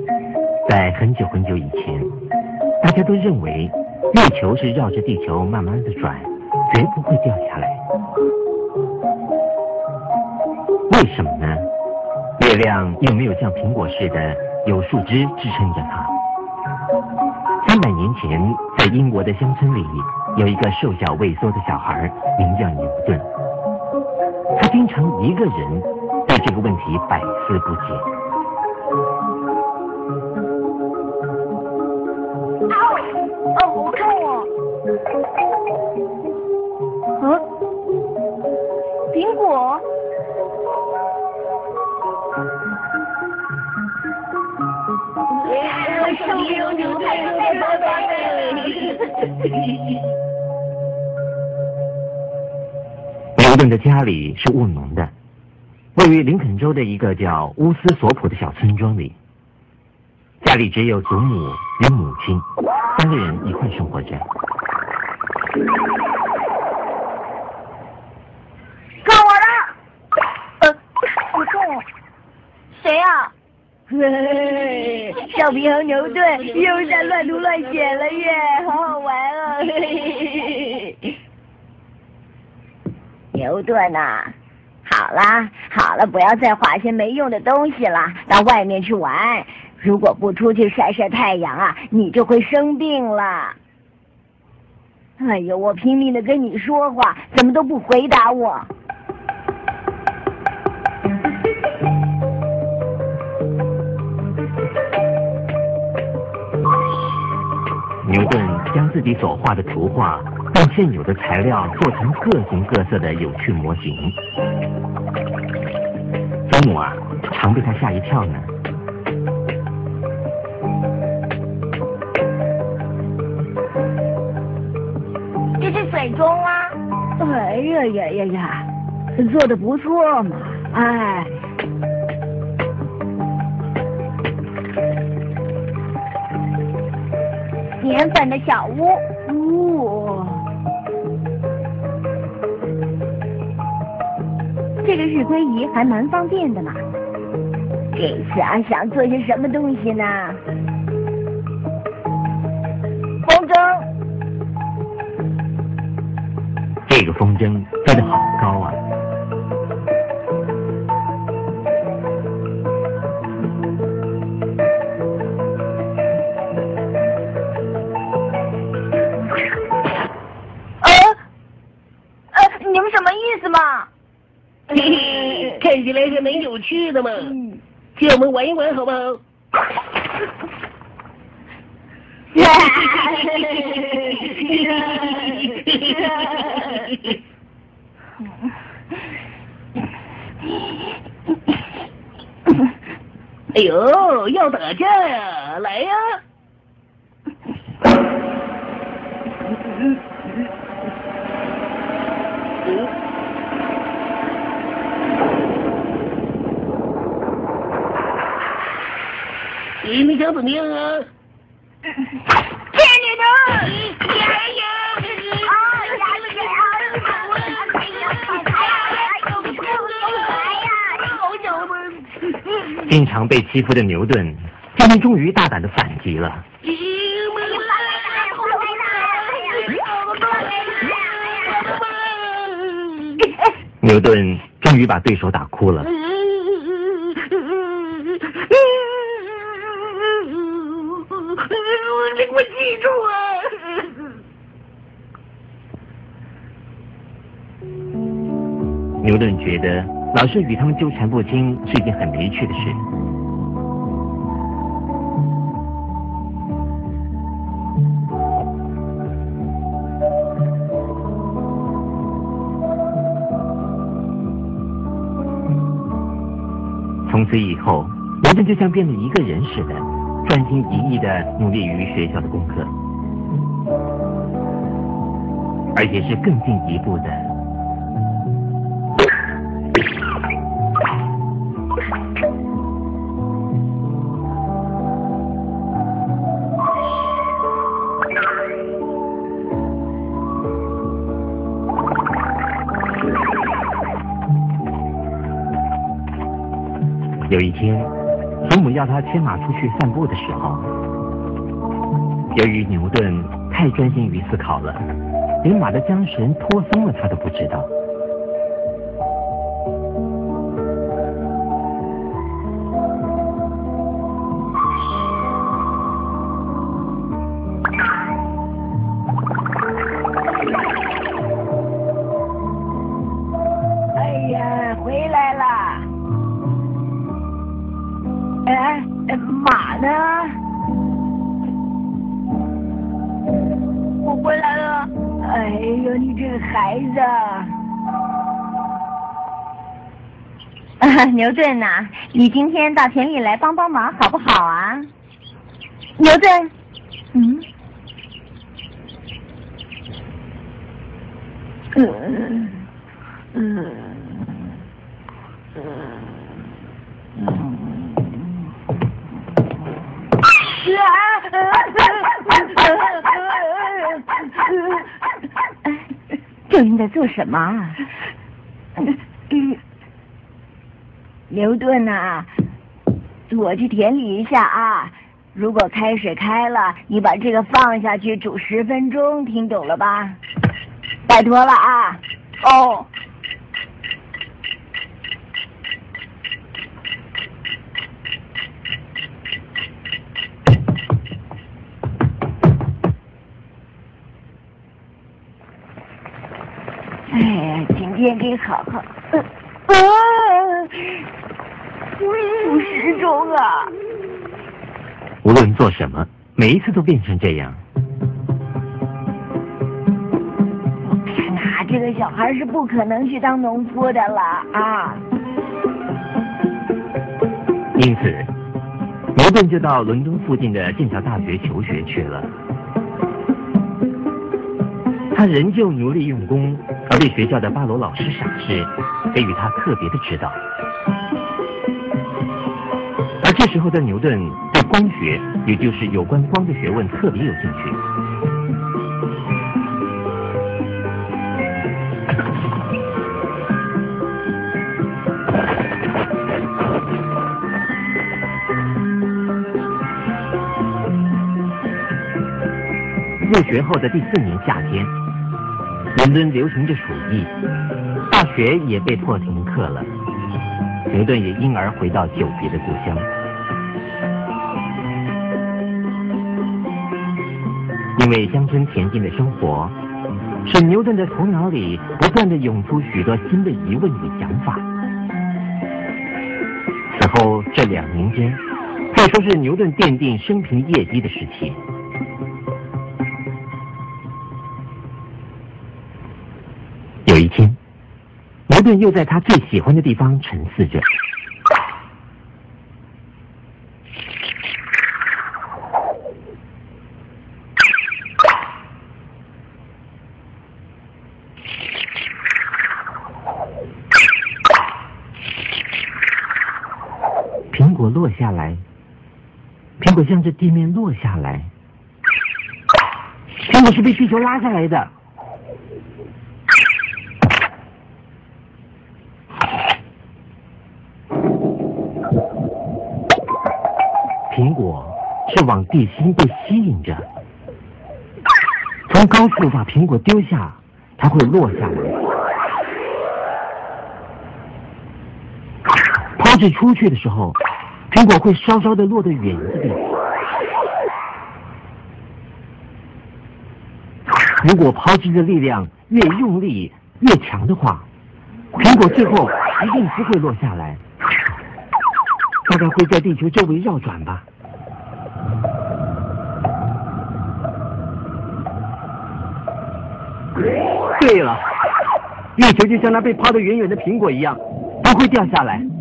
在很久很久以前，大家都认为月球是绕着地球慢慢的转，绝不会掉下来。为什么呢？月亮又没有像苹果似的有树枝支撑着它。300年前，在英国的乡村里，有一个瘦小畏缩的小孩，名叫牛顿。他经常一个人对这个问题百思不解。 好痛哦！苹果。 牛顿的家里是务农的，位于林肯州的一个叫乌斯索普的小村庄里。家里只有祖母与母亲3个人一块生活着。 看我的！好痛哦！谁呀？小皮和牛顿又在乱涂乱写了耶，好好玩哦！牛顿呐，好了，不要再画些没用的东西了，到外面去玩。如果不出去晒晒太阳啊，你就会生病了。哎呦，我拼命的跟你说话，怎么都不回答我？ 牛顿将自己所画的图画用现有的材料做成各形各色的有趣模型。祖母啊，常被他吓一跳呢。 这是水钟啊！哎呀，做得不错嘛！哎。粘粉的小屋，这个日晷仪还蛮方便的嘛。这次啊，想做些什么东西呢？风筝。 这个风筝飞得好高啊！ 你们什么意思嘛？ 看起来还蛮有趣的嘛，借我们玩一玩好不好？哎呦，要打架呀！来呀！你想怎么样啊？ 骗你的！ 经常被欺负的牛顿，今天终于大胆地反击了。牛顿终于把对手打哭了。 我记住啊！ 牛顿觉得老是与他们纠缠不清是一件很没趣的事。从此以后，牛顿就像变了一个人似的，专心一意地努力于学校的功课，而且是更进一步的。有一天， 祖母要他牵马出去散步的时候，由于牛顿太专心于思考了，连马的缰绳脱松了他都不知道。 哎呀，回来了！哎，马呢？ 我回来了。 哎呦，你这个孩子！牛顿呐，你今天到田里来帮帮忙好不好啊？牛顿，究竟在做什么啊？牛顿呐，我去田里一下啊。如果开水开了，你把这个放下去煮10分钟，听懂了吧？拜托了啊！ 哦。 哎呀，今天得好好，数时钟啊！ 无论做什么，每一次都变成这样。 我看呐，这个小孩是不可能去当农夫的了啊！ 因此，牛顿就到伦敦附近的剑桥大学求学去了。他仍旧努力用功，而被学校的巴罗老师赏识，给予他特别的指导。而这时候的牛顿对光学，也就是有关光的学问特别有兴趣。入学后的第4年夏天，伦敦流行着鼠疫，大学也被迫停课了。牛顿也因而回到久别的故乡。因为乡村恬静的生活，使牛顿的头脑里不断地涌出许多新的疑问与想法。此后这2年间，可以说是牛顿奠定生平业绩的时期。有一天，牛顿又在他最喜欢的地方沉思着。苹果落下来，苹果向着地面落下来，苹果是被地球拉下来的。苹果是往地心被吸引着，从高处把苹果丢下，它会落下来。抛掷出去的时候，苹果会稍稍的落得远一点。如果抛掷的力量越用力越强的话，苹果最后一定不会落下来，大概会在地球周围绕转吧。对了，月球就像那被抛得远远的苹果一样，不会掉下来。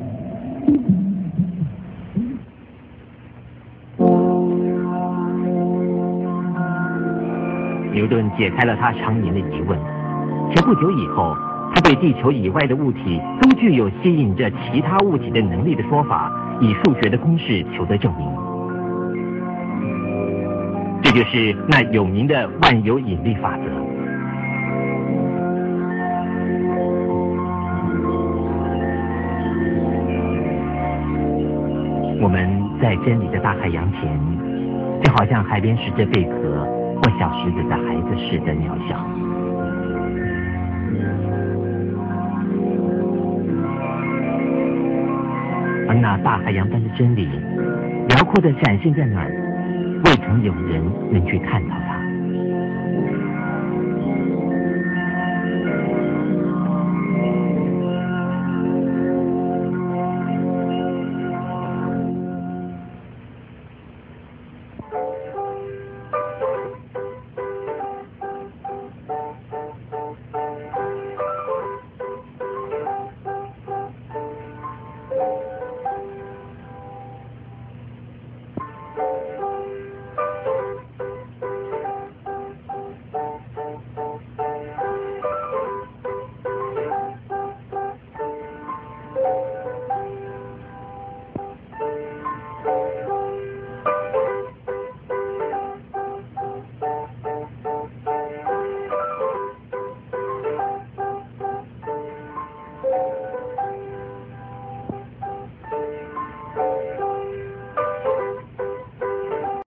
牛顿解开了他常年的疑问，且不久以后，他对地球以外的物体都具有吸引着其他物体的能力的说法，以数学的公式求得证明。这就是那有名的万有引力法则。 们在真理的大海洋前，就好像海边拾着贝壳或小石子的孩子似的渺小。而那大海洋般的真理，辽阔的展现在哪儿，未曾有人能去探讨。